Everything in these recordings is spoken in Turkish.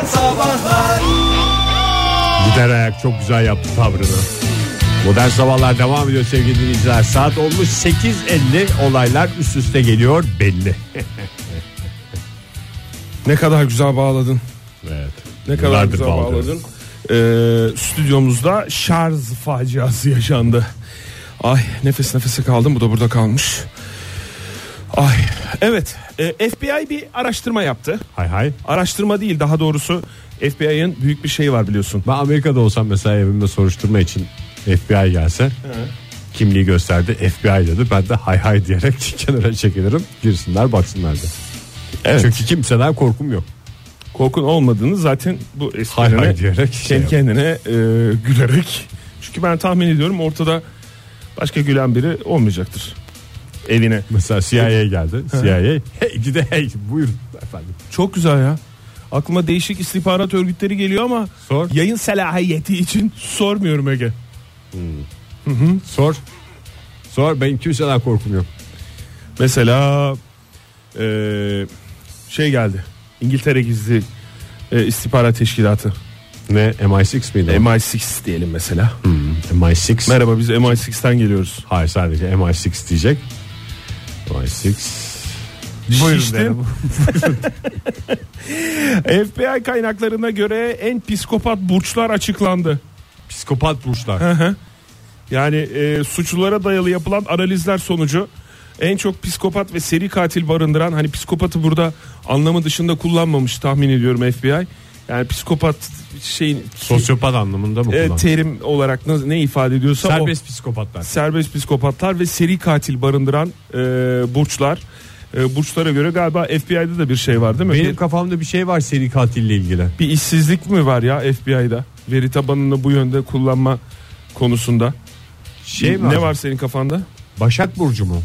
Sabahlar. Gider ayak çok güzel yaptı tavrını. Modern Sabahlar devam ediyor sevgili dinleyiciler. Saat olmuş 8:50, olaylar üst üste geliyor belli. Ne kadar güzel bağladın. Evet. Ne kadar güzel bağladın. Stüdyomuzda şarj faciası yaşandı. Ay, nefes nefese kaldım, bu da burada kalmış. Ay, evet, FBI bir araştırma yaptı. Hay. Araştırma değil, daha doğrusu FBI'ın büyük bir şeyi var biliyorsun. Ben Amerika'da olsam mesela evimde soruşturma için FBI gelse, kimliği gösterdi, FBI dedi, ben de hay diyerek kenara çekilirim, girsinler baksınlar da. Evet. Çünkü kimseden korkum yok. Korkun olmadığını zaten bu Hay diyerek kendi kendine gülerek. Çünkü ben tahmin ediyorum ortada başka gülen biri olmayacaktır evine. Mesela CIA geldi. CIA hey gide hey buyurun efendim. Çok güzel ya. Aklıma değişik istihbarat örgütleri geliyor ama Sor. Yayın selahiyeti için sormuyorum Ege. Sor, benim kimseden korkum yok. Mesela şey geldi. İngiltere Gizli İstihbarat Teşkilatı. Ne, MI6 miydi? MI6 diyelim mesela. MI6. Merhaba, biz MI6'ten geliyoruz. Hayır, sadece MI6 diyecek. MI6. Şiştim. FBI kaynaklarına göre en psikopat burçlar açıklandı. Psikopat burçlar. Yani suçlulara dayalı yapılan analizler sonucu en çok psikopat ve seri katil barındıran, hani psikopatı burada anlamı dışında kullanmamış tahmin ediyorum FBI. Yani psikopat şeyin Sosyopat anlamında mı kullanıyor? Terim olarak ne ifade ediyorsa serbest psikopatlar. Serbest psikopatlar ve seri katil barındıran burçlar. Burçlara göre galiba FBI'de de bir şey var değil mi? Benim kafamda bir şey var seri katille ilgili. Bir işsizlik mi var ya FBI'da? Veri tabanını bu yönde kullanma konusunda. Ne var senin kafanda? Başak Burcu mu?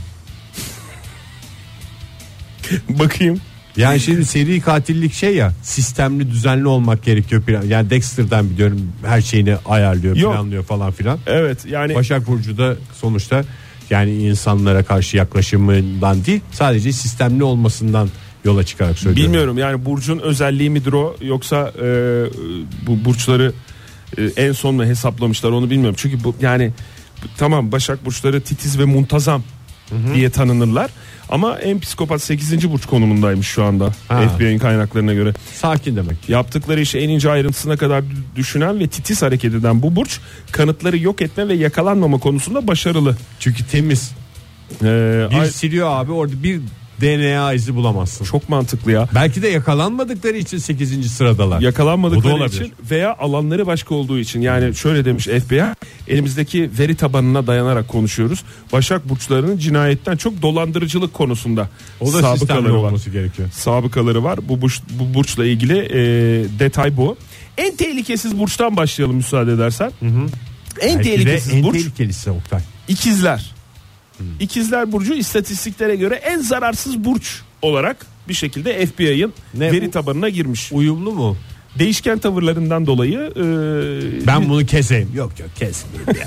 Bakayım. Yani şimdi seri katillik şey ya, sistemli düzenli olmak gerekiyor. Yani Dexter'dan biliyorum, her şeyini ayarlıyor, planlıyor falan filan. Evet, yani Başak Burcu da sonuçta yani insanlara karşı yaklaşımından değil, sadece sistemli olmasından yola çıkarak söylüyorum. Bilmiyorum yani burcun özelliği midir o, yoksa bu burçları en son mu hesaplamışlar onu bilmiyorum. Çünkü bu yani tamam, Başak burçları titiz ve muntazam diye tanınırlar. Ama en psikopat 8. burç konumundaymış şu anda FBI'nin kaynaklarına göre. Sakin demek. Yaptıkları işi en ince ayrıntısına kadar düşünen ve titiz hareket eden bu burç kanıtları yok etme ve yakalanmama konusunda başarılı. Çünkü temiz. Siliyor abi, orada bir DNA izi bulamazsın. Çok mantıklı ya. Belki de yakalanmadıkları için 8. sıradalar. Yakalanmadıkları için veya alanları başka olduğu için. Yani şöyle demiş FBI, elimizdeki veri tabanına dayanarak konuşuyoruz. Başak burçlarının cinayetten çok dolandırıcılık konusunda o da sistemli olması gerekiyor. Sabıkaları var. Bu burçla ilgili detay bu. En tehlikesiz burçtan başlayalım müsaade edersen. En tehlikesiz burç. En tehlikelisi Oktay. İkizler. İkizler burcu istatistiklere göre en zararsız burç olarak bir şekilde FBI'ın veri tabanına girmiş. Uyumlu mu? Değişken tavırlarından dolayı ben bunu keseyim. Yok kesmeyeyim ya.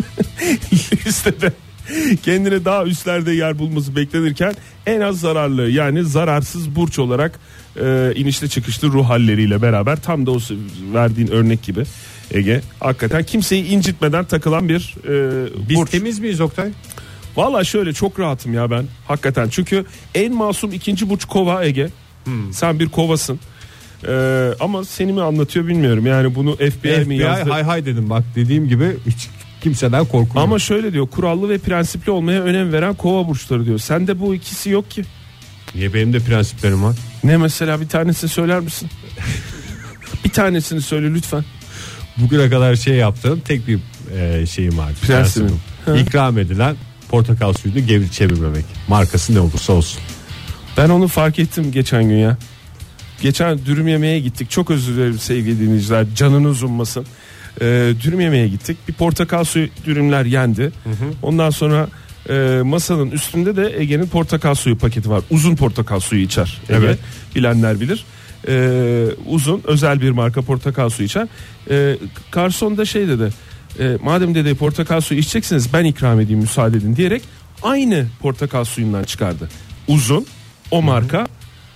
Listede kendine daha üstlerde yer bulması beklenirken en az zararlı, yani zararsız burç olarak inişli çıkışlı ruh halleriyle beraber, tam da o verdiğin örnek gibi Ege, hakikaten kimseyi incitmeden takılan bir Biz burç. temiz miyiz Oktay? Valla şöyle, çok rahatım ya ben hakikaten, çünkü en masum 2. burç Kova Ege. Sen bir kovasın. Ama seni mi anlatıyor bilmiyorum, yani bunu FBI mi yazdı? Hay dedim, bak dediğim gibi hiç kimseden korkmuyor. Ama şöyle diyor, kurallı ve prensipli olmaya önem veren kova burçları diyor. Sende bu ikisi yok ki. Niye, benim de prensiplerim var. Ne mesela, bir tanesini söyler misin? Bir tanesini söyle lütfen. Bugüne kadar şey yaptığım tek bir şeyim vardı. Prensibim. İkram edilen portakal suyunu geri çevirmemek. Markası ne olursa olsun. Ben onu fark ettim geçen gün ya. Geçen dürüm yemeye gittik. Çok özür dilerim sevgili dinleyiciler, canınız ummasın. Dürüm yemeye gittik. Bir portakal suyu dürümler yendi. Ondan sonra masanın üstünde de Ege'nin portakal suyu paketi var. Uzun portakal suyu içer Ege. Evet. Bilenler bilir. Uzun özel bir marka portakal suyu içer. Garson da şey dedi. Madem dedi portakal suyu içeceksiniz, ben ikram edeyim, müsaade edin diyerek aynı portakal suyundan çıkardı. Uzun, o marka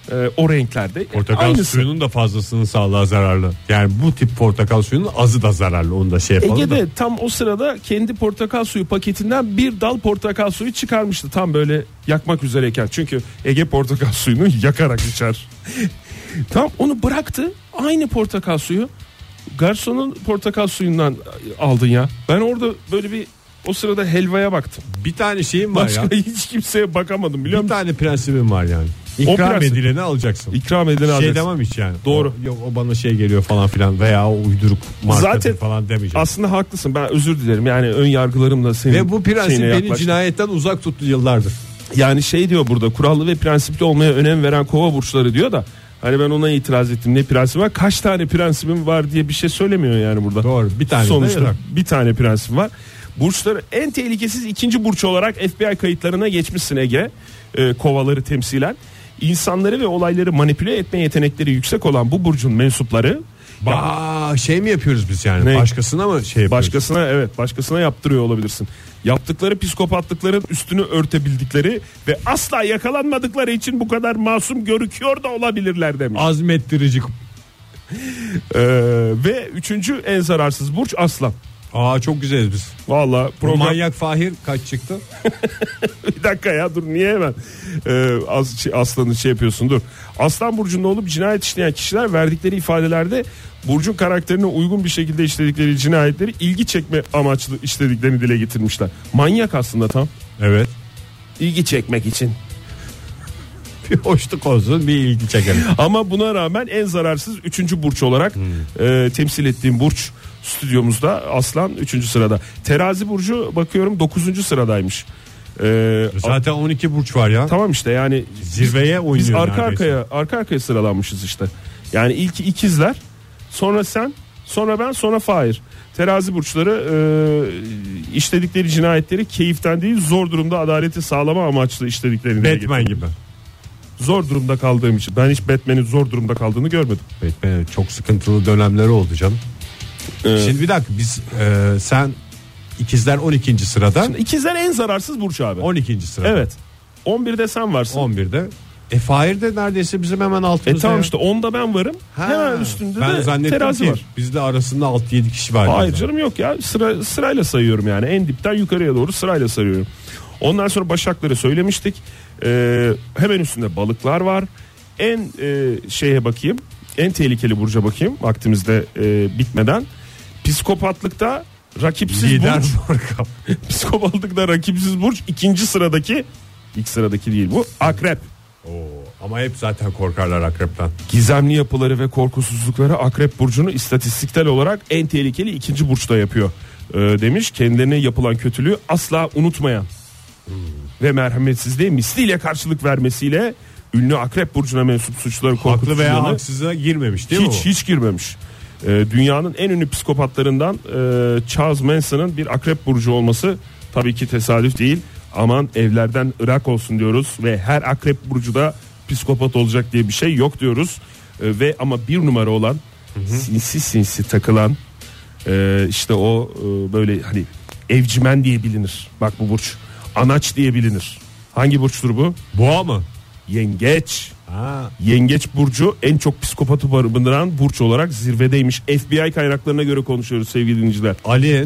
O renklerde. Portakal Aynısı. suyunun da fazlasının sağlığa zararlı. Yani bu tip portakal suyunun azı da zararlı. Onu da şey yapalım. Ege'de tam o sırada kendi portakal suyu paketinden bir dal portakal suyu çıkarmıştı. Tam böyle yakmak üzereyken. Çünkü Ege portakal suyunu yakarak içer. Tam onu bıraktı. Aynı portakal suyu garsonun portakal suyundan aldın ya. Ben orada böyle bir o sırada helvaya baktım. Bir tane şeyim var Başka ya. hiç kimseye bakamadım biliyor musun? Bir tane prensibim var yani. İkram edileni alacaksın. İkram edileni alacaksın. Demem hiç yani. Doğru. Yok o bana şey geliyor falan filan veya o uyduruk markadır Zaten falan demeyeceğim. Aslında haklısın. Ben özür dilerim. Yani ön yargılarımla senin Ve bu prensip şeyine beni yaklaştım. cinayetten uzak tuttu yıllardır. Yani şey diyor burada, kurallı ve prensipli olmaya önem veren kova burçları diyor da hani ben ona itiraz ettim. Ne prensibi var? Kaç tane prensibim var diye bir şey söylemiyor yani burada. Doğru. Bir tane. Sonuçta bir tane prensip var. Burçları en tehlikesiz ikinci burç olarak FBI kayıtlarına geçmişsin Ege. Kovaları temsilen. İnsanları ve olayları manipüle etme yetenekleri yüksek olan bu burcun mensupları şey mi yapıyoruz biz yani? Ne? Başkasına mı şey yapıyoruz? Başkasına yaptırıyor olabilirsin. Yaptıkları psikopatlıkların üstünü örtebildikleri ve asla yakalanmadıkları için bu kadar masum görüküyor da olabilirler demiş. Azmettirici. Ve üçüncü en zararsız burç Aslan. Çok güzeliz biz. Vallahi program... Manyak Fahir kaç çıktı? Bir dakika ya dur niye hemen Aslan'ı şey yapıyorsun dur. Aslan burcunda olup cinayet işleyen kişiler verdikleri ifadelerde burcun karakterine uygun bir şekilde işledikleri cinayetleri ilgi çekme amaçlı işlediklerini dile getirmişler. Manyak aslında tam. Evet. İlgi çekmek için. Bir hoşluk olsun, bir ilgi çekelim. Ama buna rağmen en zararsız 3. burç olarak temsil ettiğim burç stüdyomuzda Aslan 3. sırada. Terazi burcu bakıyorum 9. sıradaymış. Zaten 12 burç var ya. Tamam işte yani zirveye oynuyor. Biz arka arkaya sıralanmışız işte. Yani ilk ikizler, sonra sen, sonra ben, sonra Fahir. Terazi burçları işledikleri cinayetleri keyiften değil zor durumda adaleti sağlama amaçlı işlediklerini. Batman gibi. Zor durumda kaldığım için. Ben hiç Batman'in zor durumda kaldığını görmedim. Batman'in çok sıkıntılı dönemleri oldu canım. Şimdi bir dakika biz sen ikizler 12. sırada. Şimdi ikizler en zararsız burç abi. 12. sırada. Evet. 11'de sen varsın. 11'de. Fahir de neredeyse bizim hemen altımızda. Tamam işte 10'da ben varım. Hemen üstünde de Terazi var. Bizde arasında 6-7 kişi var. Hayır canım yok ya. Sırayla sayıyorum yani. En dipten yukarıya doğru sırayla sayıyorum. Ondan sonra Başakları söylemiştik. Hemen üstünde balıklar var. En şeye bakayım. En tehlikeli burca bakayım. Vaktimizde bitmeden. Psikopatlıkta rakipsiz lider burç. Psikopatlıkta rakipsiz burç. İkinci sıradaki, ilk sıradaki değil bu. Akrep. Ama hep zaten korkarlar akrepten. Gizemli yapıları ve korkusuzlukları Akrep burcunu istatistiksel olarak en tehlikeli ikinci burçta yapıyor demiş. Kendilerine yapılan kötülüğü asla unutmayan ve merhametsizliğe misliyle karşılık vermesiyle ünlü Akrep burcuna mensup suçları korkutucularını haklı veya haksıza girmemiş değil mi? Hiç girmemiş. Dünyanın en ünlü psikopatlarından Charles Manson'ın bir Akrep burcu olması tabii ki tesadüf değil. Aman evlerden ırak olsun diyoruz ve her Akrep burcu da psikopat olacak diye bir şey yok diyoruz. Ve ama bir numara olan sinsi takılan işte o böyle hani evcimen diye bilinir. Bak bu burç anaç diye bilinir. Hangi burçtur bu? Boğa mı? Yengeç. Yengeç burcu en çok psikopatı barındıran burç olarak zirvedeymiş. FBI kaynaklarına göre konuşuyoruz sevgili dinleyiciler. Ali,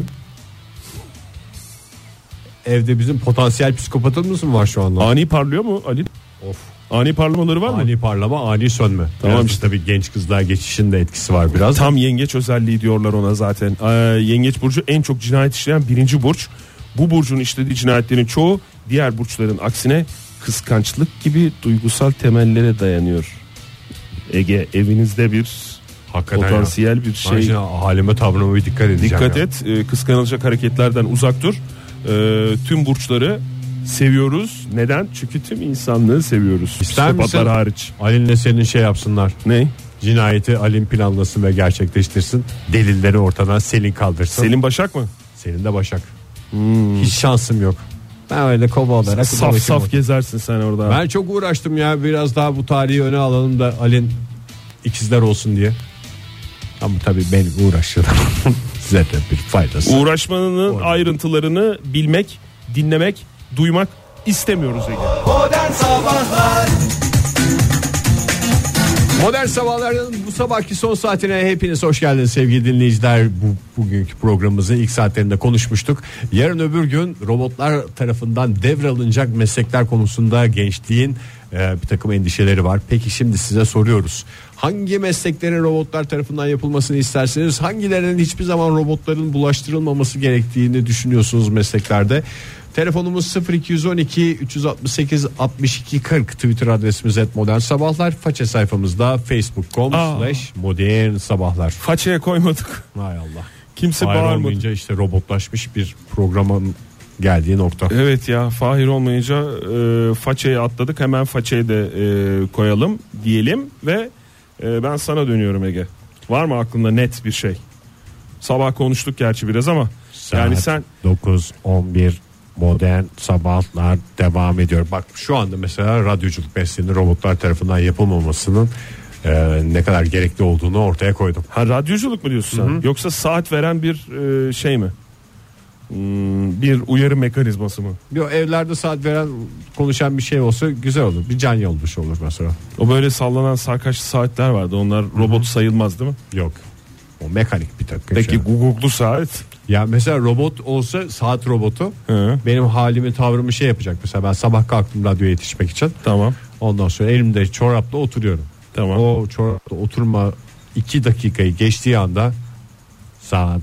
evde bizim potansiyel psikopatımız mı var şu anda? Ani parlıyor mu Ali? Of. Ani parlamaları var mı? Ani parlama, ani sönme. Tamam biraz işte. Tabii genç kızlığa geçişin de etkisi var biraz. Tam yengeç özelliği diyorlar ona zaten. Yengeç burcu en çok cinayet işleyen birinci burç. Bu burcun işlediği cinayetlerin çoğu diğer burçların aksine kıskançlık gibi duygusal temellere dayanıyor. Ege evinizde bir hakikaten potansiyel ya. bir şey. Halime tavrıma bir dikkat edeceğim. Dikkat et. Kıskanılacak hareketlerden uzak dur. Tüm burçları seviyoruz. Neden? Çünkü tüm insanlığı seviyoruz. İster misin? Psikopatlar hariç. Ali'nle senin şey yapsınlar. Ne? Cinayeti Ali'nin planlasın ve gerçekleştirsin. Delilleri ortadan Selin kaldırsın. Selin Başak mı? Selin de Başak. Hiç şansım yok. Ben öyle kova olarak saf gezersin sen orada. Ben çok uğraştım ya, biraz daha bu tarihi öne alalım da Ali'nin ikizler olsun diye. Ama tabii benim uğraştığım size de bir faydası. Uğraşmanın ayrıntılarını bilmek, dinlemek, duymak istemiyoruz Ege. Modern Sabahlar Modern Sabahlar'ın bu sabahki son saatine hepiniz hoş geldiniz sevgili dinleyiciler. Bugünkü programımızın ilk saatlerinde konuşmuştuk. Yarın öbür gün robotlar tarafından devralınacak meslekler konusunda gençliğin bir takım endişeleri var. Peki şimdi size soruyoruz. Hangi mesleklerin robotlar tarafından yapılmasını isterseniz, hangilerinin hiçbir zaman robotların bulaştırılmaması gerektiğini düşünüyorsunuz mesleklerde? Telefonumuz 0212 368 62 40, Twitter adresimiz @modernsabahlar, faça sayfamızda facebook.com/modernsabahlar. Façaya koymadık. Hay Allah. Kimse Fahir bağırmadı. olmayınca işte robotlaşmış bir programın geldiği nokta. Evet ya, Fahir olmayınca façayı atladık, hemen façayı da koyalım diyelim ve ben sana dönüyorum Ege. Var mı aklında net bir şey? Sabah konuştuk gerçi biraz ama yani sen 9-11 Modern Sabahlar devam ediyor. Bak şu anda mesela radyoculuk mesleğinin robotlar tarafından yapılmamasının ne kadar gerekli olduğunu ortaya koydum. Ha, radyoculuk mu diyorsun sen? Hı-hı. Yoksa saat veren bir şey mi? Bir uyarı mekanizması mı? Yok, evlerde saat veren, konuşan bir şey olsa güzel olur. Bir can yoldaşı olur mesela. O böyle sallanan sarkaçlı saatler vardı. Onlar robot sayılmaz değil mi? Yok. O mekanik bir takım. Peki Google'lu saat? Ya mesela robot olsa, saat robotu, Hı. benim halimi tavrımı şey yapacak. Mesela ben sabah kalktım radyoya yetişmek için. Tamam. Ondan sonra elimde çorapla oturuyorum. Tamam. O çorapla oturma 2 dakikayı geçtiği anda saat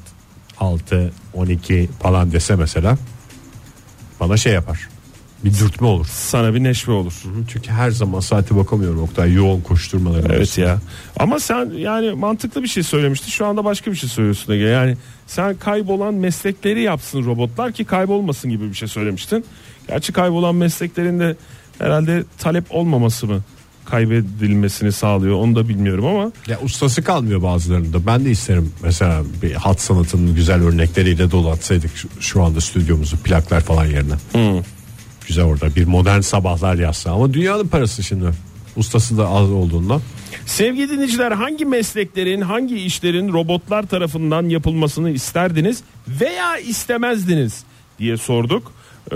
6-12 falan dese mesela, bana şey yapar. Bir dürtme olur. Sana bir neşve olur. Çünkü her zaman saate bakamıyorum Oktay, yoğun koşturmalar. Evet ya. Ama sen yani mantıklı bir şey söylemiştin. Şu anda başka bir şey söylüyorsun Ege. Yani sen kaybolan meslekleri yapsın robotlar ki kaybolmasın gibi bir şey söylemiştin. Gerçi kaybolan mesleklerin de herhalde talep olmaması mı kaybedilmesini sağlıyor, onu da bilmiyorum ama. Ya ustası kalmıyor bazılarında. Ben de isterim mesela bir hat sanatının güzel örnekleriyle dolatsaydık şu anda stüdyomuzu, plaklar falan yerine. Güzel orada bir modern sabahlar yazsa, ama dünyanın parası şimdi, ustası da az olduğundan. Sevgili dinleyiciler, hangi mesleklerin, hangi işlerin robotlar tarafından yapılmasını isterdiniz veya istemezdiniz diye sorduk.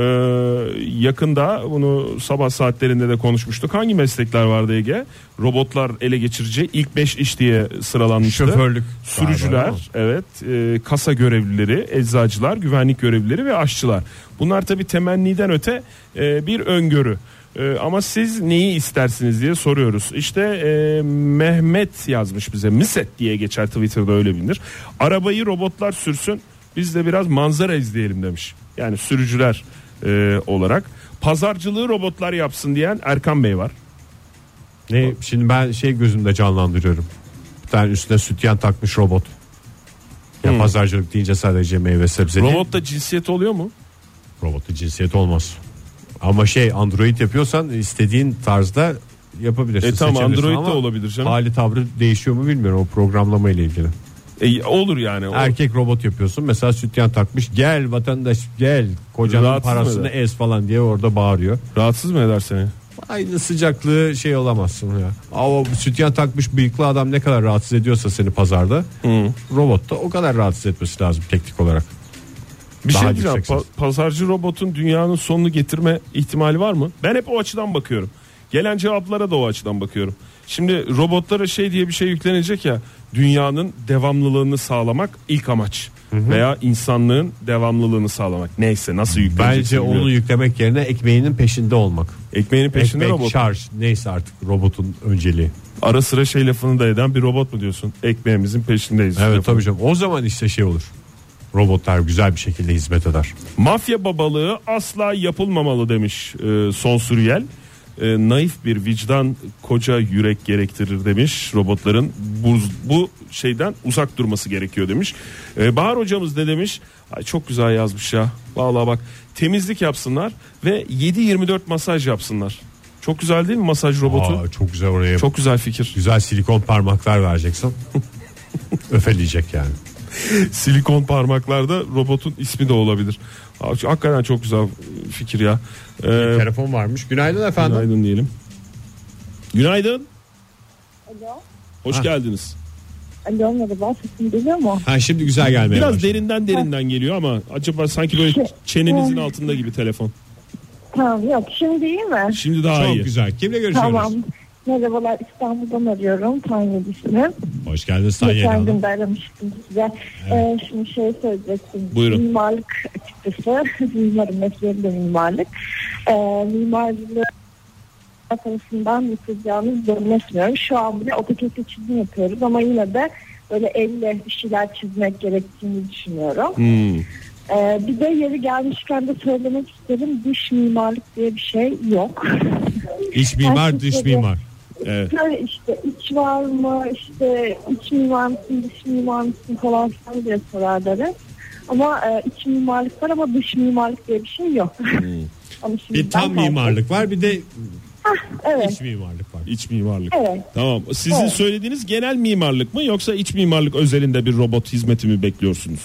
Yakında bunu sabah saatlerinde de konuşmuştuk. Hangi meslekler vardı Ege? Robotlar ele geçireceği ilk 5 iş diye sıralanmıştı. Şoförlük, sürücüler, evet, kasa görevlileri, eczacılar, güvenlik görevlileri ve aşçılar. Bunlar tabii temenniden öte bir öngörü. Ama siz neyi istersiniz diye soruyoruz. İşte Mehmet yazmış bize. Miset diye geçer, Twitter'da öyle bilinir. Arabayı robotlar sürsün, biz de biraz manzara izleyelim demiş. Yani sürücüler olarak. Pazarcılığı robotlar yapsın diyen Erkan Bey var. Ne, şimdi ben şey gözümde canlandırıyorum. Bir tane üstüne sütyen takmış robot. Ya pazarcılık deyince sadece meyve sebze değil. Robotta cinsiyet oluyor mu? Robotta cinsiyet olmaz. Ama şey, Android yapıyorsan istediğin tarzda yapabilirsin. Tamam, Android de ama olabilir canım. hali tavrı değişiyor mu bilmiyorum, o programlama ile ilgili. Olur yani. Erkek robot yapıyorsun mesela, sütyen takmış, gel vatandaş gel, kocanın Rahatsız parasını ez falan diye orada bağırıyor. Rahatsız mı eder seni? Aynı sıcaklığı şey olamazsın ya. Ama sütyen takmış bıyıklı adam ne kadar rahatsız ediyorsa seni pazarda, robot da o kadar rahatsız etmesi lazım teknik olarak. Bir Daha şey diyeceğim. yüksek ses. Pazarcı robotun dünyanın sonunu getirme ihtimali var mı? Ben hep o açıdan bakıyorum. Gelen cevaplara da o açıdan bakıyorum. Şimdi robotlara şey diye bir şey yüklenecek ya, dünyanın devamlılığını sağlamak ilk amaç. Veya insanlığın devamlılığını sağlamak. Neyse, nasıl yüklenecek? Bence onu yüklemek yerine ekmeğinin peşinde olmak. Ekmeğinin peşinde Ekmek, robot. şarj, neyse artık robotun önceliği. Ara sıra şey lafını da eden bir robot mu diyorsun? Ekmeğimizin peşindeyiz. Evet tabii canım. O zaman işte şey olur. Robotlar güzel bir şekilde hizmet eder. Mafya babalığı asla yapılmamalı demiş Son Sürüyel. Naif bir vicdan koca yürek gerektirir demiş. Robotların bu şeyden uzak durması gerekiyor demiş. Bahar hocamız ne demiş? Ay, çok güzel yazmış ya. Vallahi bak, temizlik yapsınlar ve 7/24 masaj yapsınlar. Çok güzel değil mi masaj robotu? Çok güzel oraya. Çok güzel fikir. Güzel silikon parmaklar vereceksin. Öfeleyecek yani. Silikon parmaklarda robotun ismi de olabilir. Hakikaten çok güzel fikir ya. Telefon varmış. Günaydın efendim. Günaydın diyelim. Günaydın. Alo. Hoş geldiniz. Alo, merhaba, sesim geliyor mu? Ha, şimdi güzel gelmeye Biraz başladı. derinden geliyor ama acaba sanki böyle çenenizin altında gibi telefon. Tamam, yok, şimdi iyi mi? Şimdi daha Çok iyi. güzel. Kimle görüşüyoruz? Tamam. Merhabalar, İstanbul'dan arıyorum. Tanya ismim. Hoş geldiniz Tanya Geçen Hanım. gün de aramıştım size. Şimdi söyleyecektim. Buyurun. Mimarlık açıkçası. Mimarım, mesleğim de mimarlık. Mimarlığı tarafından yapacağımız zannetmiyorum. Şu an bile AutoCAD'le çizim yapıyoruz ama yine de böyle elle bir şeyler çizmek gerektiğini düşünüyorum. Bir de yeri gelmişken de söylemek isterim, dış mimarlık diye bir şey yok. İç mimar, dış mimar. Evet. Böyle işte iç var mı, işte iç mimar mısın, dış mimar mısın falan filan diye sorarlar. Ama iç mimarlık var ama dış mimarlık diye bir şey yok. Bir tam mimarlık var, bir de evet. iç mimarlık var. İç mimarlık. Evet. Tamam. Sizin söylediğiniz genel mimarlık mı yoksa iç mimarlık özelinde bir robot hizmeti mi bekliyorsunuz?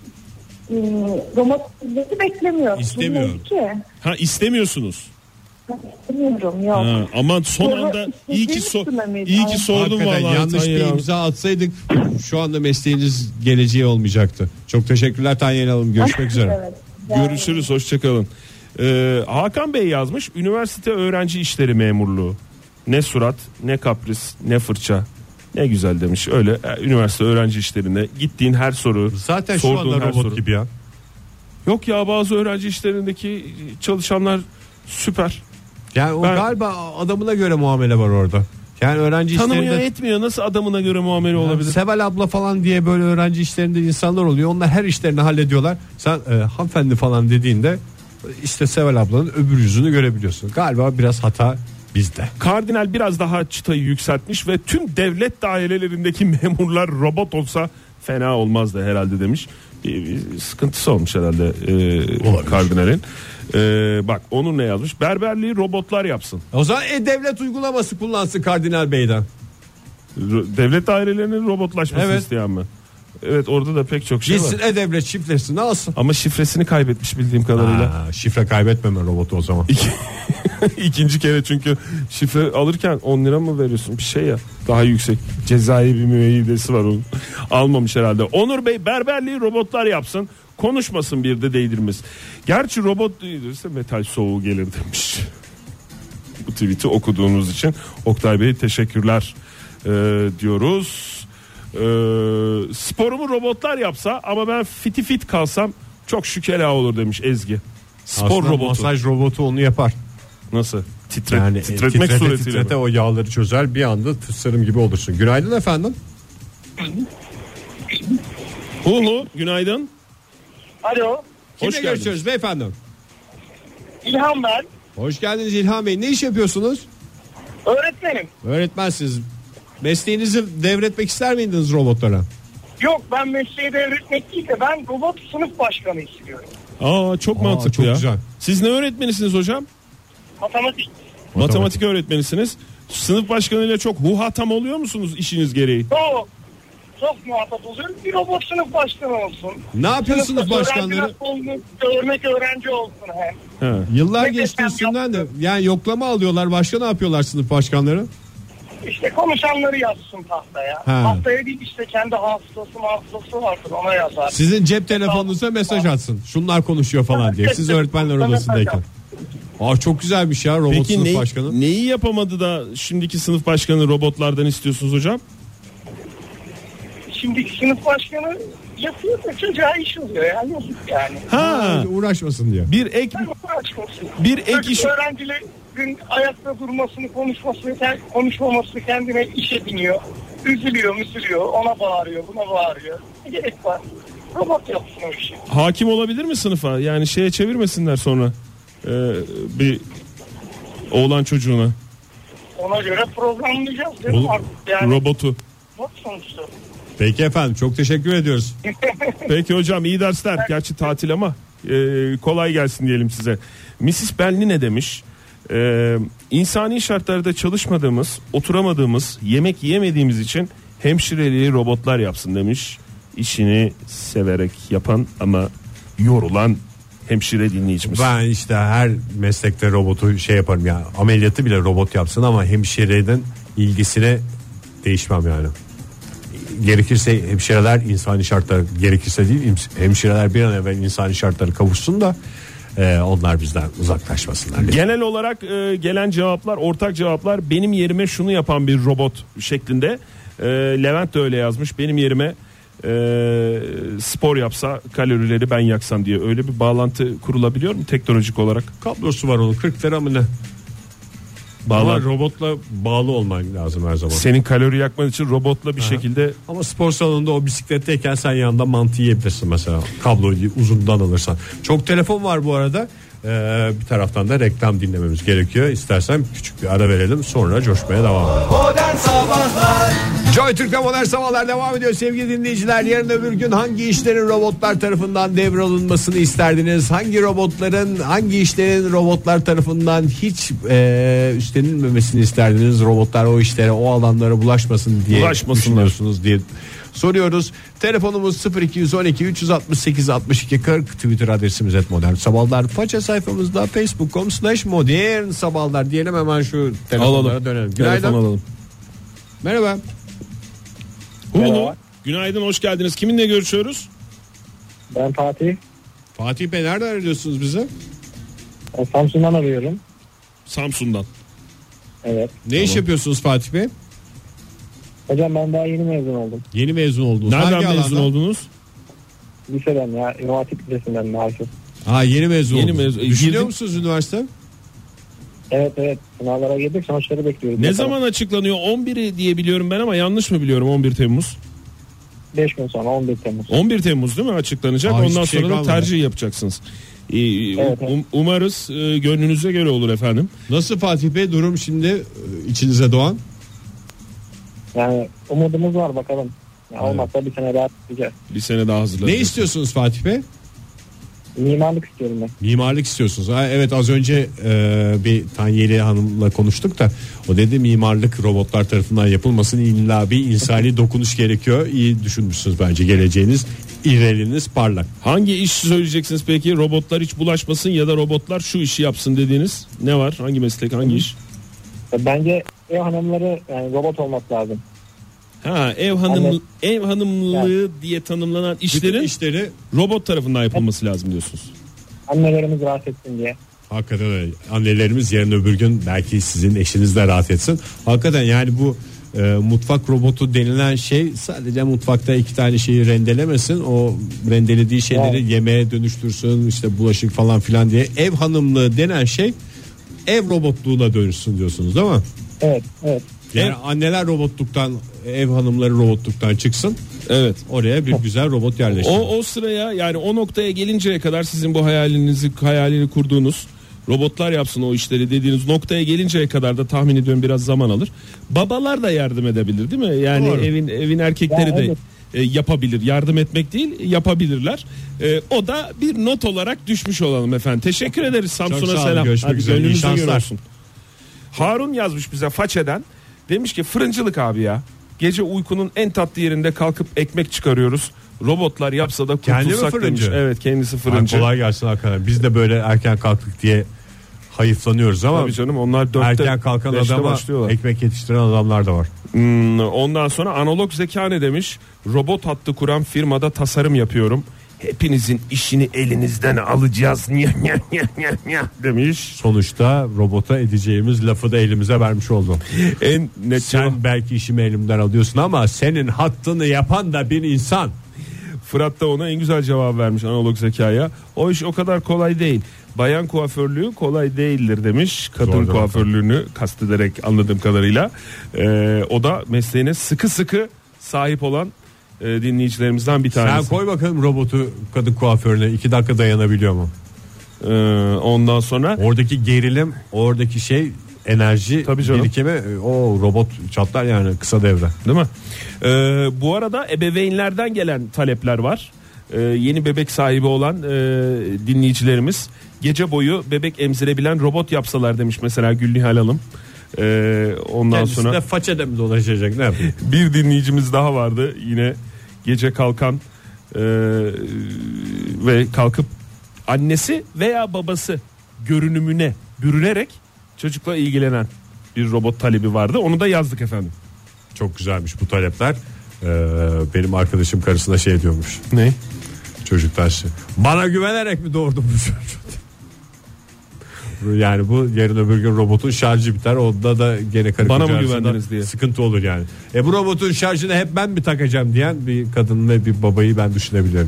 Robot hizmeti beklemiyorum. İstemiyorum. Ha, istemiyorsunuz. İstemiyorum, yok. Ha, aman son Soru anda iyi ki istediğiniz miydi? iyi ki sordum Hakikaten vallahi. yanlış bir Tanya Hanım. imza atsaydık şu anda mesleğiniz geleceği olmayacaktı. Çok teşekkürler Tanya Hanım. Görüşmek üzere. Evet. Görüşürüz, hoşçakalın. Hakan Bey yazmış, üniversite öğrenci işleri memurluğu. Ne surat, ne kapris, ne fırça. Ne güzel demiş. Öyle üniversite öğrenci işlerinde gittiğin her soru, Zaten şu sorduğun anda her robot soru. gibi ya. Yok ya, bazı öğrenci işlerindeki çalışanlar süper. Yani o Ben- galiba adamına göre muamele var orada. Yani öğrenci Tanımıyor işlerinde etmiyor, nasıl adamına göre muamele olabilir? Seval abla falan diye böyle öğrenci işlerinde insanlar oluyor. Onlar her işlerini hallediyorlar. Sen hanımefendi falan dediğinde işte Seval ablanın öbür yüzünü görebiliyorsun. Galiba biraz hata bizde. Kardinal biraz daha çıtayı yükseltmiş ve tüm devlet dairelerindeki memurlar robot olsa fena olmazdı herhalde demiş. Bir sıkıntısı olmuş herhalde Kardinal'in. Bak Onur ne yazmış? Berberliği robotlar yapsın. O zaman devlet uygulaması kullansın Kardinal Bey'den. Devlet dairelerinin robotlaşmasını Evet. isteyen ben. Evet, orada da pek çok şey Gitsin var. devlet şifresini alsın. Ama şifresini kaybetmiş bildiğim kadarıyla. Şifre kaybetmeme robotu o zaman. İkinci kere çünkü şifre alırken 10 lira mı veriyorsun bir şey ya, daha yüksek cezai bir müeyyidesi var onun. Almamış herhalde. Onur Bey, berberliği robotlar yapsın, konuşmasın, bir de değdirmez. Gerçi robot değilse metal soğuğu gelir demiş. Bu tweet'i okuduğunuz için Oktay Bey teşekkürler diyoruz. Sporumu robotlar yapsa ama ben fit kalsam çok şükela olur demiş Ezgi. Spor Aslında robotu. masaj robotu onu yapar. Nasıl? Yani Titretmek suretiyle. titrete o yağları çözer, bir anda tısırım gibi olursun. Günaydın efendim. Hu günaydın. Alo, Kimle Hoş görüşüyoruz geldiniz. beyefendi? İlhan ben. Hoş geldiniz İlhan Bey. Ne iş yapıyorsunuz? Öğretmenim. Öğretmensiniz. Mesleğinizi devretmek ister miydiniz robotlara? Yok, ben mesleği devretmek değil de ben robot sınıf başkanı istiyorum. Çok mantıklı çok ya. güzel. Siz ne öğretmenisiniz hocam? Matematik. Matematik öğretmenisiniz. Sınıf başkanıyla çok huhatam oluyor musunuz işiniz gereği? Çok muhatap oluyorum. Bir robot sınıf başkanı olsun. Ne yapıyor sınıf başkanları? Örnek öğrenci olsun hem. He. Yıllar Ne geçti desem üstünden de. yaptım. Yani yoklama alıyorlar. Başka ne yapıyorlar sınıf başkanları? İşte konuşanları yazsın tahtaya. Ha. Tahtaya değil, işte kendi hafızası vardır, ona yazar. Sizin cep telefonunuza mesaj atsın. Şunlar konuşuyor falan diye. Siz öğretmenler odasındayken. Çok güzelmiş ya robot Peki sınıf başkanı. neyi yapamadı da şimdiki sınıf başkanı robotlardan istiyorsunuz hocam? Şimdiki sınıf başkanı yapıyor da çocuğa iş oluyor yani. Yazık yani. Ha, Uğraşmasın diye. bir ek Bir ek iş- Öğrencilerin ayakta durmasını, konuşmamasını kendine iş ediniyor. Üzülüyor, ona bağırıyor, buna bağırıyor. Ne gerek var? Robot yapsın o işi. hakim olabilir mi sınıfa? Yani şeye çevirmesinler sonra bir oğlan çocuğuna Ona göre programlayacağız değil mi Oğlum, artık yani? robotu. Robot sonuçta. Peki efendim, çok teşekkür ediyoruz. Peki hocam, iyi dersler. Gerçi tatil ama kolay gelsin diyelim size. Mrs. Benli ne demiş? İnsani şartlarda çalışmadığımız, oturamadığımız, yemek yiyemediğimiz için hemşireliği robotlar yapsın demiş. İşini severek yapan ama yorulan hemşire dinleyicimiz. Ben işte her meslekte robotu şey yaparım ya. Ameliyatı bile robot yapsın ama hemşireden ilgisine değişmem yani. Gerekirse hemşireler insani şartlar, gerekirse değil hemşireler bir an evvel insani şartları kavuşsun da onlar bizden uzaklaşmasınlar. Genel olarak gelen cevaplar, ortak cevaplar benim yerime şunu yapan bir robot şeklinde. Levent de öyle yazmış. Benim yerime spor yapsa, kalorileri ben yaksam diye. Öyle bir bağlantı kurulabiliyor mu teknolojik olarak? Kablosu var onun, 40 lira mı ne? Ama robotla bağlı olman lazım her zaman. Senin kalori yakman için robotla bir şekilde. Ama spor salonunda o bisikletteyken sen yanında mantı yiyebilirsin mesela. Kabloyu uzundan alırsan. Çok telefon var bu arada. Bir taraftan da reklam dinlememiz gerekiyor. İstersen küçük bir ara verelim, sonra coşmaya devam edelim. Modern Sabahlar. Joy Türk'te Modern Sabahlar devam ediyor sevgili dinleyiciler. Yarın öbür gün hangi işlerin robotlar tarafından devralınmasını isterdiniz? Hangi işlerin robotlar tarafından hiç üstlenilmemesini isterdiniz? Robotlar o işlere, o alanlara bulaşmasın diye düşünüyorsunuz diye soruyoruz. Telefonumuz 0212 368 62 40, Twitter adresimiz @modernsabahlar, faça sayfamızda facebook.com/modernsabahlar diyelim. Hemen şu telefonlara dönelim. Günaydın. Telefon alalım. Merhaba. Günaydın, hoş geldiniz. Kiminle görüşüyoruz? Ben Fatih. Fatih Bey, nereden arıyorsunuz bizi? Ben Samsun'dan arıyorum. Samsun'dan. Evet. Ne iş yapıyorsunuz Fatih Bey? Hocam ben daha yeni mezun oldum. Yeni mezun oldunuz. Nereden mezun oldunuz? Liseden ya. İmam Hatip Lisesi'nden maalesef. Yeni mezun oldunuz. Düşünüyor Girdin... musunuz üniversite? Evet. Sınavlara girdik, sonuçları bekliyoruz. Ne zaman açıklanıyor? 11'i diye biliyorum ben ama yanlış mı biliyorum? 11 Temmuz. 5 gün sonra 11 Temmuz. 11 Temmuz değil mi açıklanacak? Ondan sonra da tercih yapacaksınız. Evet. Umarız gönlünüze göre olur efendim. Nasıl Fatih Bey, durum şimdi içinize doğan? Yani umudumuz var, bakalım. Olmazsa bir sene daha tutacağız. Bir sene daha hazırlanacağız. Ne istiyorsunuz Fatih Bey? Mimarlık istiyorum ben. Mimarlık istiyorsunuz. Evet, az önce bir Tanyeli Hanım'la konuştuk da o dedi mimarlık robotlar tarafından yapılmasın, illa bir insani dokunuş gerekiyor. İyi düşünmüşsünüz bence, geleceğiniz ireliniz parlak. Hangi iş söyleyeceksiniz peki? Robotlar hiç bulaşmasın ya da robotlar şu işi yapsın dediğiniz ne var? Hangi meslek, hangi iş? Bence ev hanımları yani robot olması lazım. Ev hanımlığı diye tanımlanan işleri robot tarafından yapılması lazım diyorsunuz. Annelerimiz rahat etsin diye. Hakikaten öyle. Annelerimiz yarın öbür gün belki sizin eşiniz de rahat etsin. Hakikaten yani bu mutfak robotu denilen şey sadece mutfakta 2 tane şeyi rendelemesin. O rendelediği şeyleri yemeğe dönüştürsün, işte bulaşık falan filan diye. Ev hanımlığı denen şey ev robotluğuna dönüşsün diyorsunuz değil mi? Evet. Yani anneler robotluktan, ev hanımları robotluktan çıksın. Evet. Oraya bir güzel robot yerleştirin. O sıraya, yani o noktaya gelinceye kadar sizin bu hayalini kurduğunuz robotlar yapsın o işleri dediğiniz noktaya gelinceye kadar da tahmin ediyorum biraz zaman alır. Babalar da yardım edebilir değil mi? Yani doğru. evin erkekleri de yapabilir. Yardım etmek değil, yapabilirler. O da bir not olarak düşmüş olalım efendim. Teşekkür ederiz. Samsun'a selam. Görüşmek üzere. İyi şanslar. Olsun. Harun yazmış bize Façe'den. Demiş ki fırıncılık abi ya. Gece uykunun en tatlı yerinde kalkıp ekmek çıkarıyoruz. Robotlar yapsa da kurtulsak demiş. Evet, kendisi fırıncı. Kolay gelsin hakikaten. Biz de böyle erken kalktık diye hayıflanıyoruz ama. Tabii canım, onlar 4'te erken kalkan adama ekmek yetiştiren adamlar da var. Ondan sonra analog zeka ne demiş? Robot hattı kuran firmada tasarım yapıyorum. Hepinizin işini elinizden alacağız demiş. Sonuçta robota edeceğimiz lafı da elimize vermiş oldum. Sen belki işimi elimden alıyorsun ama senin hattını yapan da bir insan. Fırat da ona en güzel cevap vermiş analog zekaya. O iş o kadar kolay değil. Bayan kuaförlüğü kolay değildir demiş. Kadın kuaförlüğünü kastederek anladığım kadarıyla. O da mesleğine sıkı sıkı sahip olan dinleyicilerimizden bir tanesi. Sen koy bakalım robotu kadın kuaförüne, 2 dakika dayanabiliyor mu? Ondan sonra oradaki gerilim, oradaki enerji birikimi, o robot çatlar yani kısa devre. Değil mi? Bu arada ebeveynlerden gelen talepler var. Yeni bebek sahibi olan dinleyicilerimiz gece boyu bebek emzirebilen robot yapsalar demiş mesela Gülnihal Hanım. Ondan kendisi sonra de façede mi dolaşacak, ne yapayım? Bir dinleyicimiz daha vardı yine gece kalkan ve kalkıp annesi veya babası görünümüne bürünerek çocukla ilgilenen bir robot talebi vardı. Onu da yazdık efendim. Çok güzelmiş bu talepler. Benim arkadaşım karısına diyormuş. Ne? Çocuklar bana güvenerek mi doğurdun bu çocuğu? Yani bu yarın öbür gün robotun şarjı biter. Onda da gene karı Bana koca mı arasında güvendiniz diye. sıkıntı olur yani. Bu robotun şarjını hep ben mi takacağım diyen bir kadın ve bir babayı ben düşünebilirim.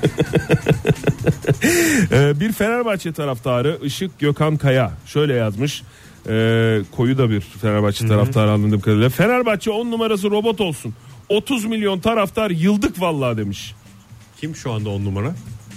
Bir Fenerbahçe taraftarı Işık Gökhan Kaya şöyle yazmış. Koyu da bir Fenerbahçe taraftarı anladığım kadarıyla. Fenerbahçe 10 numarası robot olsun. 30 milyon taraftar yıldık vallahi demiş. Kim şu anda 10 numara?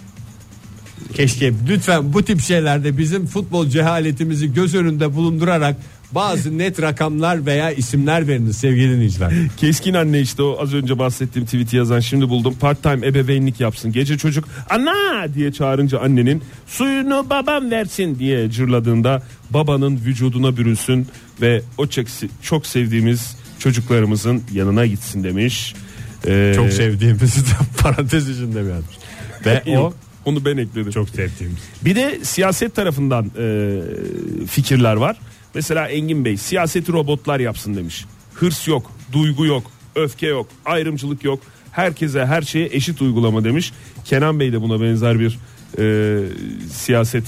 Keşke lütfen bu tip şeylerde bizim futbol cehaletimizi göz önünde bulundurarak bazı net rakamlar veya isimler veriniz sevgili dinleyiciler. Keskin anne işte o az önce bahsettiğim tweet'i yazan, şimdi buldum. Part time ebeveynlik yapsın. Gece çocuk ana diye çağırınca annenin suyunu babam versin diye cırladığında babanın vücuduna bürünsün ve o çok sevdiğimiz çocuklarımızın yanına gitsin demiş. Çok sevdiğimizi de parantez içinde mi yazmış? Ve onu ben ekledim. Çok sevdiğimiz. Bir de siyaset tarafından fikirler var. Mesela Engin Bey siyaseti robotlar yapsın demiş. Hırs yok, duygu yok, öfke yok, ayrımcılık yok. Herkese her şeye eşit uygulama demiş. Kenan Bey de buna benzer bir siyaset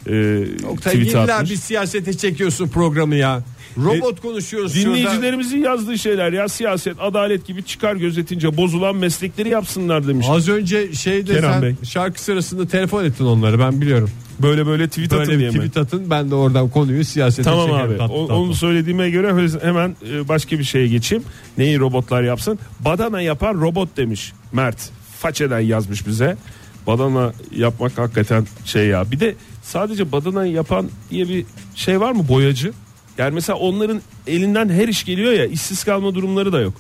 tweet atmış. Bir siyasete çekiyorsun programı ya. Robot konuşuyoruz. Dinleyicilerimizin yazdığı şeyler ya, siyaset, adalet gibi çıkar gözetince bozulan meslekleri yapsınlar demiş. Az önce sen Bey. Şarkı sırasında telefon ettin onları, ben biliyorum. Böyle tweet atın diye mi? Tweet atın, ben de oradan konuyu siyasete tamam çekerim. Tamam abi. Onu söylediğime göre hemen başka bir şeye geçeyim. Neyi robotlar yapsın? Badana yapan robot demiş Mert. Façeden yazmış bize. Badana yapmak hakikaten şey ya. Bir de sadece badana yapan diye bir şey var mı, boyacı? Yani mesela onların elinden her iş geliyor ya, işsiz kalma durumları da yok.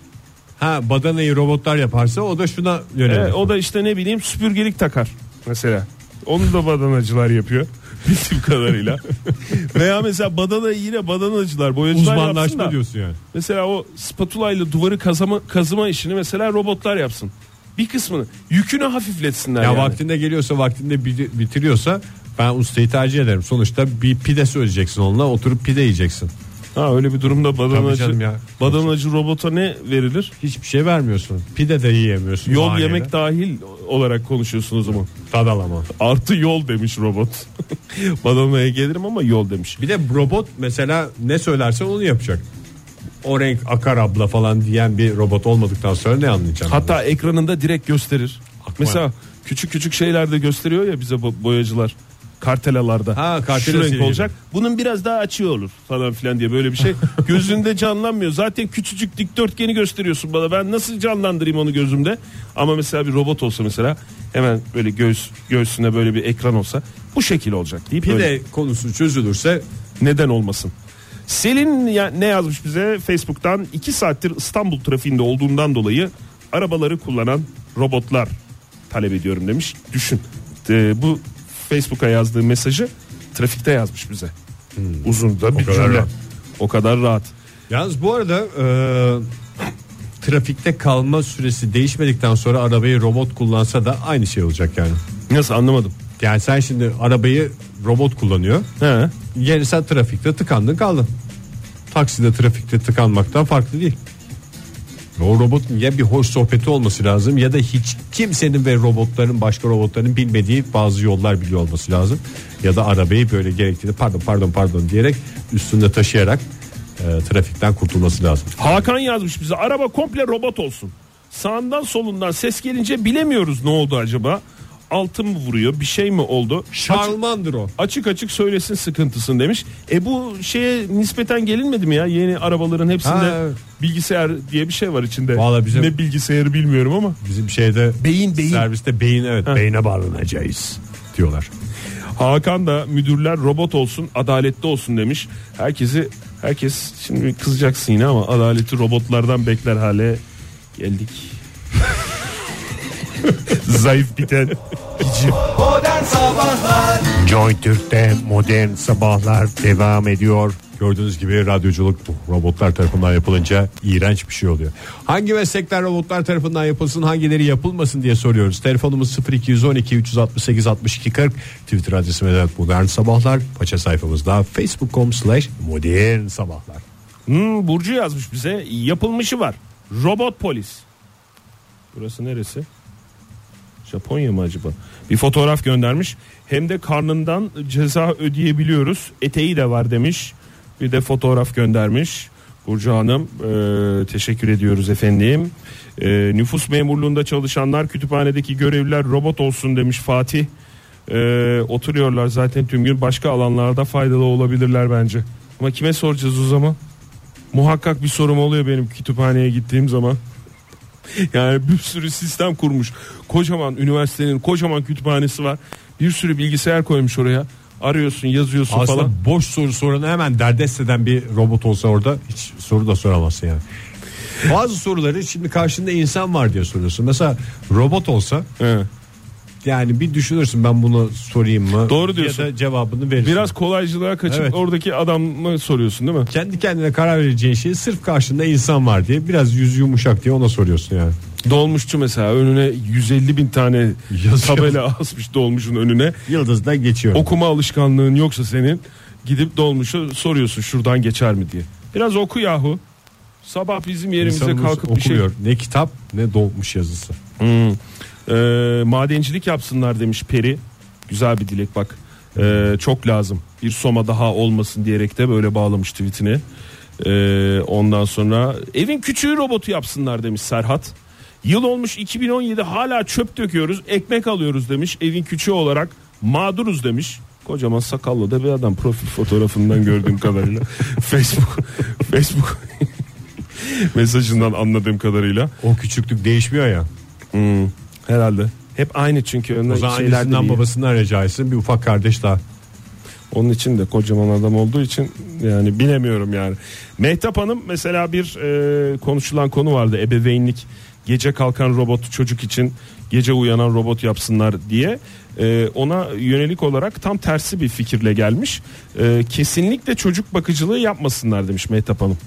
Badanayı robotlar yaparsa o da şuna yönelir. O da işte ne bileyim süpürgelik takar mesela. Onu da badanacılar yapıyor bildiğim kadarıyla. Veya mesela badanayı yine badanacılar, boyacılar uzmanlaşma yapsın diyorsun yani. Mesela o spatula ile duvarı kazıma işini mesela robotlar yapsın. Bir kısmını, yükünü hafifletsinler yani. Vaktinde geliyorsa, vaktinde bitiriyorsa ben ustayı tercih ederim. Sonuçta bir pide söyleyeceksin onunla, oturup pide yiyeceksin. Öyle bir durumda badanacı robota ne verilir? Hiçbir şey vermiyorsun. Pide de yiyemiyorsun. Yol yemek dahil olarak konuşuyorsun o zaman. Tadalama. Artı yol demiş robot. Badanaya gelirim ama yol demiş. Bir de robot mesela ne söylersen onu yapacak. O renk akar abla falan diyen bir robot olmadıktan sonra ne anlayacağım? Hatta ekranında direkt gösterir. Mesela küçük şeylerde gösteriyor ya bize boyacılar. Kartelalarda. Şu renk olacak. Bunun biraz daha açığı olur falan filan diye böyle bir şey. Gözünde canlanmıyor. Zaten küçücük dikdörtgeni gösteriyorsun bana. Ben nasıl canlandırayım onu gözümde? Ama mesela bir robot olsa mesela hemen böyle göğsüne böyle bir ekran olsa bu şekil olacak deyip pide böyle konusu çözülürse neden olmasın? Selin ne yazmış bize Facebook'tan? 2 saattir İstanbul trafiğinde olduğundan dolayı arabaları kullanan robotlar talep ediyorum demiş. Düşün. Bu Facebook'a yazdığı mesajı trafikte yazmış bize. Uzun da bir cümle. O kadar rahat. Yalnız bu arada trafikte kalma süresi değişmedikten sonra arabayı robot kullansa da aynı şey olacak yani. Nasıl, anlamadım. Yani sen şimdi arabayı robot kullanıyor. Yani sen trafikte tıkandın kaldın. Takside trafikte tıkanmaktan farklı değil. O robotun ya bir hoş sohbeti olması lazım ya da hiç kimsenin ve başka robotların bilmediği bazı yollar biliyor olması lazım. Ya da arabayı böyle gerektiğinde pardon diyerek üstünde taşıyarak trafikten kurtulması lazım. Hakan yazmış bize, araba komple robot olsun. Sağından solundan ses gelince bilemiyoruz ne oldu acaba. Altın mı vuruyor, bir şey mi oldu? Şarmandır o. Açık söylesin sıkıntısın demiş. Bu şeye nispeten gelinmedi mi ya? Yeni arabaların hepsinde evet. Bilgisayar diye bir şey var içinde. Vallahi bizim, ne bilgisayarı bilmiyorum ama. Bizim şeyde beyin. Serviste beyin, evet. Beyine bağlanacağız diyorlar. Hakan da müdürler robot olsun, adaletli olsun demiş. Herkes şimdi kızacaksın yine ama adaleti robotlardan bekler hale geldik. Zayıf biten hicim. Modern Sabahlar. Joy Türk'te Modern Sabahlar devam ediyor. Gördüğünüz gibi radyoculuk robotlar tarafından yapılınca iğrenç bir şey oluyor. Hangi meslekler robotlar tarafından yapılsın, hangileri yapılmasın diye soruyoruz. Telefonumuz 0212 368 62 40. Twitter adresimiz Modern Sabahlar. Paça sayfamızda facebook.com/modern sabahlar. Burcu yazmış bize, yapılmışı var. Robot polis. Burası neresi? Japonya mı acaba? Bir fotoğraf göndermiş. Hem de karnından ceza ödeyebiliyoruz. Eteği de var demiş. Bir de fotoğraf göndermiş. Burcu Hanım teşekkür ediyoruz efendim. Nüfus memurluğunda çalışanlar, kütüphanedeki görevliler robot olsun demiş Fatih. Oturuyorlar zaten tüm gün, başka alanlarda faydalı olabilirler bence. Ama kime soracağız o zaman? Muhakkak bir sorum oluyor benim kütüphaneye gittiğim zaman. Yani bir sürü sistem kurmuş. Kocaman üniversitenin kocaman kütüphanesi var. Bir sürü bilgisayar koymuş oraya. Arıyorsun, yazıyorsun aslında falan. Boş soru soranı hemen derdest eden bir robot olsa orada hiç soru da soramazsın yani. Bazı soruları şimdi karşında insan var diye soruyorsun. Mesela robot olsa Evet. yani bir düşünürsün, ben bunu sorayım mı? Doğru diyorsun. Ya da cevabını verirsin. Biraz kolaycılığa kaçıp Evet. oradaki adamı soruyorsun değil mi? Kendi kendine karar vereceğin şeyi sırf karşında insan var diye, biraz yüz yumuşak diye ona soruyorsun yani. Dolmuşçu mesela önüne 150 bin tane Yazıyor. tabela asmış dolmuşun önüne. Yıldız'dan geçiyor. Okuma alışkanlığın yoksa senin, gidip dolmuşu soruyorsun şuradan geçer mi diye. Biraz oku yahu. Sabah bizim yerimize İnsanımız kalkıp bir şey. okumuyor. Ne kitap ne dolmuş yazısı. Madencilik yapsınlar demiş Peri. Güzel bir dilek bak. Çok lazım. Bir Soma daha olmasın diyerek de böyle bağlamış tweetini. Ondan sonra evin küçüğü robotu yapsınlar demiş Serhat. Yıl olmuş 2017, hala çöp döküyoruz, ekmek alıyoruz demiş. Evin küçüğü olarak mağduruz demiş. Kocaman sakallı da bir adam, profil fotoğrafından gördüğüm kadarıyla. Facebook mesajından anladığım kadarıyla. O küçüklük değişmiyor ya. Herhalde. Hep aynı çünkü. O zaman annesinden babasından rica etsin bir ufak kardeş daha. Onun için de kocaman adam olduğu için yani bilemiyorum yani. Mehtap Hanım mesela bir konuşulan konu vardı, ebeveynlik. Gece kalkan robot çocuk için, gece uyanan robot yapsınlar diye. Ona yönelik olarak tam tersi bir fikirle gelmiş. Kesinlikle çocuk bakıcılığı yapmasınlar demiş Mehtap Hanım.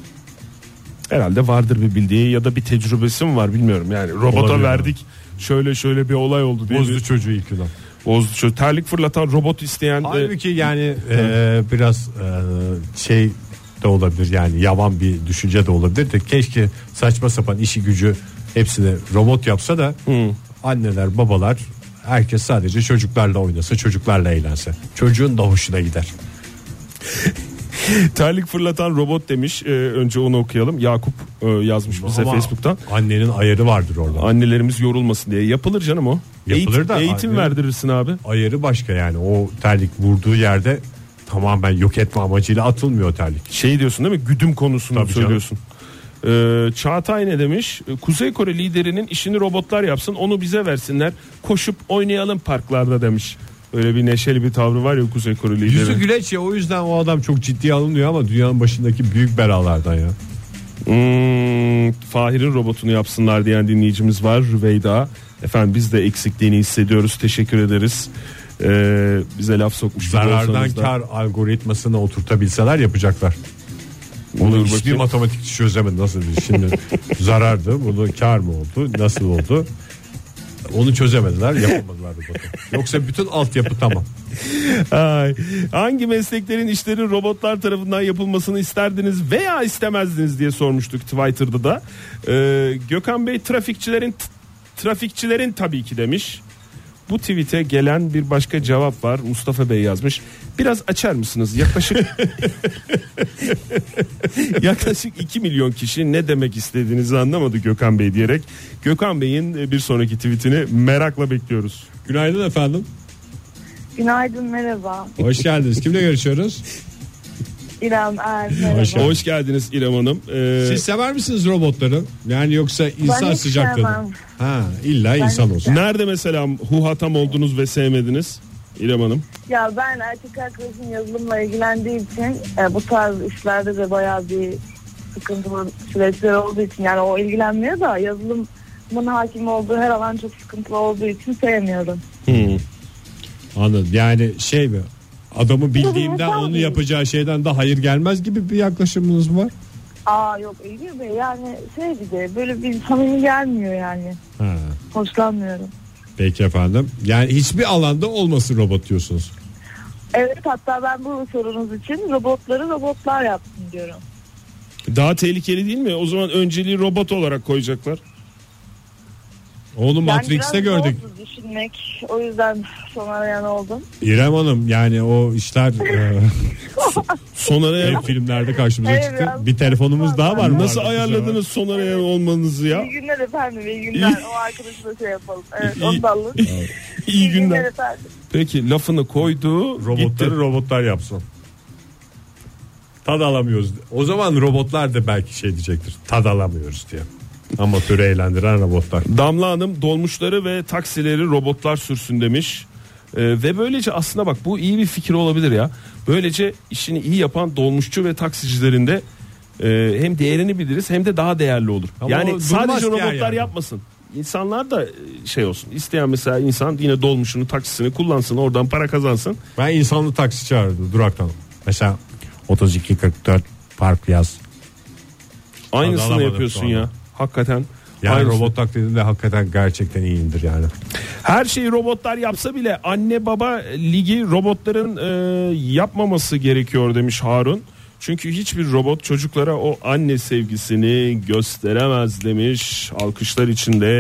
Herhalde vardır bir bildiği ya da bir tecrübesi mi var bilmiyorum yani. Robota Olabilir verdik, şöyle bir olay oldu diye. Bozdu çocuğu ilk günden. Bozdu çocuğu. Terlik fırlatan robot isteyen de... Halbuki yani biraz şey de olabilir, yani yavan bir düşünce de olabilir de, keşke saçma sapan işi gücü hepsini robot yapsa da anneler babalar herkes sadece çocuklarla oynasa, çocuklarla eğlense, çocuğun da hoşuna gider. Terlik fırlatan robot demiş. Önce onu okuyalım. Yakup yazmış bize Ama Facebook'tan. Annenin ayarı vardır orada. Annelerimiz yorulmasın diye. Yapılır canım o. Yapılır da eğitim anne- verdirirsin abi. Ayarı başka yani, o terlik vurduğu yerde tamamen yok etme amacıyla atılmıyor terlik. Şey diyorsun değil mi? Güdüm konusunu Tabii söylüyorsun. Çağatay ne demiş? Kuzey Kore liderinin işini robotlar yapsın, onu bize versinler. Koşup oynayalım parklarda demiş. Öyle bir neşeli bir tavrı var ya Kuzey Kore lideri. Yüzü güleç ya, o yüzden o adam çok ciddiye alınmıyor ama dünyanın başındaki büyük belalardan ya. Fahir'in robotunu yapsınlar diyen dinleyicimiz var, Rüveyda. Efendim biz de eksikliğini hissediyoruz, teşekkür ederiz. Bize laf sokmuş. Zarardan kar algoritmasını oturtabilseler yapacaklar. Onu hiçbir matematikçi çözemedi, nasıl bir şimdi zarardı, bunu kar mı oldu, nasıl oldu, onu çözemediler, yapamadılar robotu. Yoksa bütün altyapı tamam. Ay, hangi mesleklerin işlerin robotlar tarafından yapılmasını isterdiniz veya istemezdiniz diye sormuştuk Twitter'da da. Gökhan Bey trafikçilerin tabii ki demiş. Bu tweet'e gelen bir başka cevap var. Mustafa Bey yazmış. Biraz açar mısınız? Yaklaşık 2 milyon kişi ne demek istediğinizi anlamadı Gökhan Bey diyerek. Gökhan Bey'in bir sonraki tweet'ini merakla bekliyoruz. Günaydın efendim. Günaydın, merhaba. Hoş geldiniz. Kimle görüşüyoruz? İrem merhaba. Hoş geldiniz İrem Hanım. Siz sever misiniz robotları? Yani yoksa insan hiç sıcaklığı? sevmem. Ha, illa insan olsun. Nerede mesela huhatam oldunuz ve sevmediniz İrem Hanım? Ya ben erkek arkadaşım yazılımla ilgilendiği için bu tarz işlerde de bayağı bir sıkıntılı süreçler olduğu için, yani o ilgilenmiyor da yazılımın hakim olduğu her alan çok sıkıntılı olduğu için sevmiyorum. Anladım. Yani şey mi? Adamı bildiğimden Tabii, onu tabii. yapacağı şeyden de hayır gelmez gibi bir yaklaşımınız var. Yok İlgir Bey, yani bir de böyle bir samimi gelmiyor yani. Ha. Hoşlanmıyorum. Peki efendim. Yani hiçbir alanda olmasın robot diyorsunuz. Evet, hatta ben bu sorunuz için robotları robotlar yapsın diyorum. Daha tehlikeli değil mi? O zaman önceliği robot olarak koyacaklar. Onu Matrix'te biraz gördük. zor düşünmek. O yüzden son arayan oldum. İrem Hanım, yani o işler Son arayan hep filmlerde karşımıza Evet, çıktı. biraz Bir telefonumuz daha var mı? nasıl ayarladınız son arayan olmanızı ya? İyi günler efendim, iyi günler. O arkadaşı da şey yapalım. Evet, onu da alın. İyi günler. efendim. Peki lafını koydu, gitti. Robotları robotlar yapsın. Tad alamıyoruz. O zaman robotlar da belki şey diyecektir. Tad alamıyoruz diye. Amatörü eğlendiren robotlar. Damla Hanım dolmuşları ve taksileri robotlar sürsün demiş. Ve böylece aslında bak bu iyi bir fikir olabilir ya. Böylece işini iyi yapan dolmuşçu ve taksicilerin de hem değerini biliriz hem de daha değerli olur. Ama o yani durmaz sadece ki robotlar yani. Yapmasın. İnsanlar da şey olsun. İsteyen mesela insan yine dolmuşunu, taksisini kullansın, oradan para kazansın. Ben insanlı taksi çağırdım duraktan. Mesela 3244 park yaz. Aynısını alamadım yapıyorsun sonra. ya. Hakikaten. Yani aynısı. robot taklidinde hakikaten gerçekten iyiyimdir yani. Her şeyi robotlar yapsa bile anne baba ligi robotların yapmaması gerekiyor demiş Harun. Çünkü hiçbir robot çocuklara o anne sevgisini gösteremez demiş. Alkışlar içinde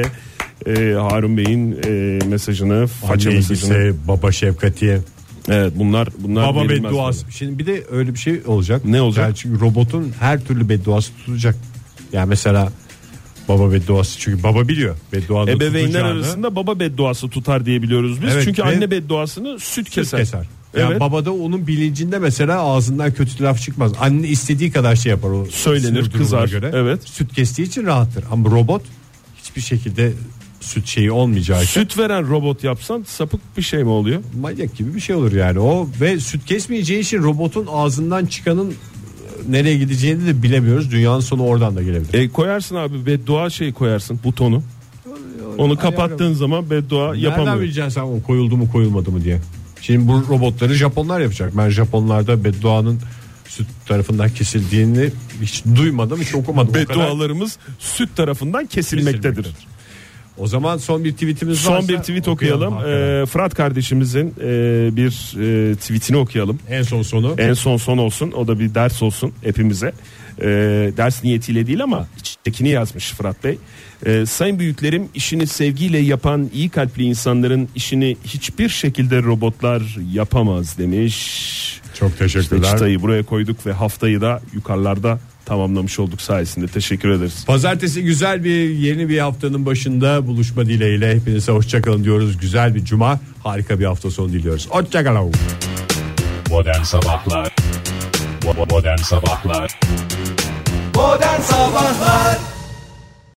Harun Bey'in mesajını, faça Anne mesajını. ilgisi, baba şefkati, Evet bunlar baba verilmez bedduası. tabii. Şimdi bir de öyle bir şey olacak. Ne olacak? Yani çünkü robotun her türlü bedduası tutacak. Yani mesela baba bedduası, çünkü baba biliyor bedduanın Ebeveynler tutacağını. arasında baba bedduası tutar diye biliyoruz biz. Evet, Çünkü ve anne bedduasını süt keser. Yani Evet. baba da onun bilincinde mesela ağzından kötü laf çıkmaz. Anne istediği kadar şey yapar, o Söylenir, sinir durumuna kızar. göre. Evet. Süt kestiği için rahattır. Ama robot hiçbir şekilde süt şeyi olmayacağı için Süt veren robot yapsan sapık bir şey mi oluyor? manyak gibi bir şey olur yani. O ve süt kesmeyeceği için robotun ağzından çıkanın nereye gideceğini de bilemiyoruz. Dünyanın sonu oradan da gelebilir. Koyarsın abi beddua şey koyarsın butonu. Onu kapattığın zaman beddua Nereden yapamıyor. bileceksin sen o koyuldu mu koyulmadı mı diye. Şimdi bu robotları Japonlar yapacak. Ben Japonlarda bedduanın süt tarafından kesildiğini hiç duymadım, hiç okumadım. O kadar Beddualarımız süt tarafından kesilmektedir. O zaman son bir tweetimiz Son varsa bir tweet okuyalım. hakikaten. Fırat kardeşimizin bir tweetini okuyalım. En son sonu. En son olsun. O da bir ders olsun hepimize. Ders niyetiyle değil ama içtekini yazmış Fırat Bey. Sayın büyüklerim, işini sevgiyle yapan iyi kalpli insanların işini hiçbir şekilde robotlar yapamaz demiş. Çok teşekkürler. İşte çıtayı buraya koyduk ve haftayı da yukarılarda tamamlamış olduk sayesinde. Teşekkür ederiz. Pazartesi güzel bir yeni bir haftanın başında buluşma dileğiyle hepinize hoşçakalın diyoruz. Güzel bir cuma, harika bir hafta sonu diliyoruz. Hoşçakalın. Modern Sabahlar. Modern Sabahlar. Modern Sabahlar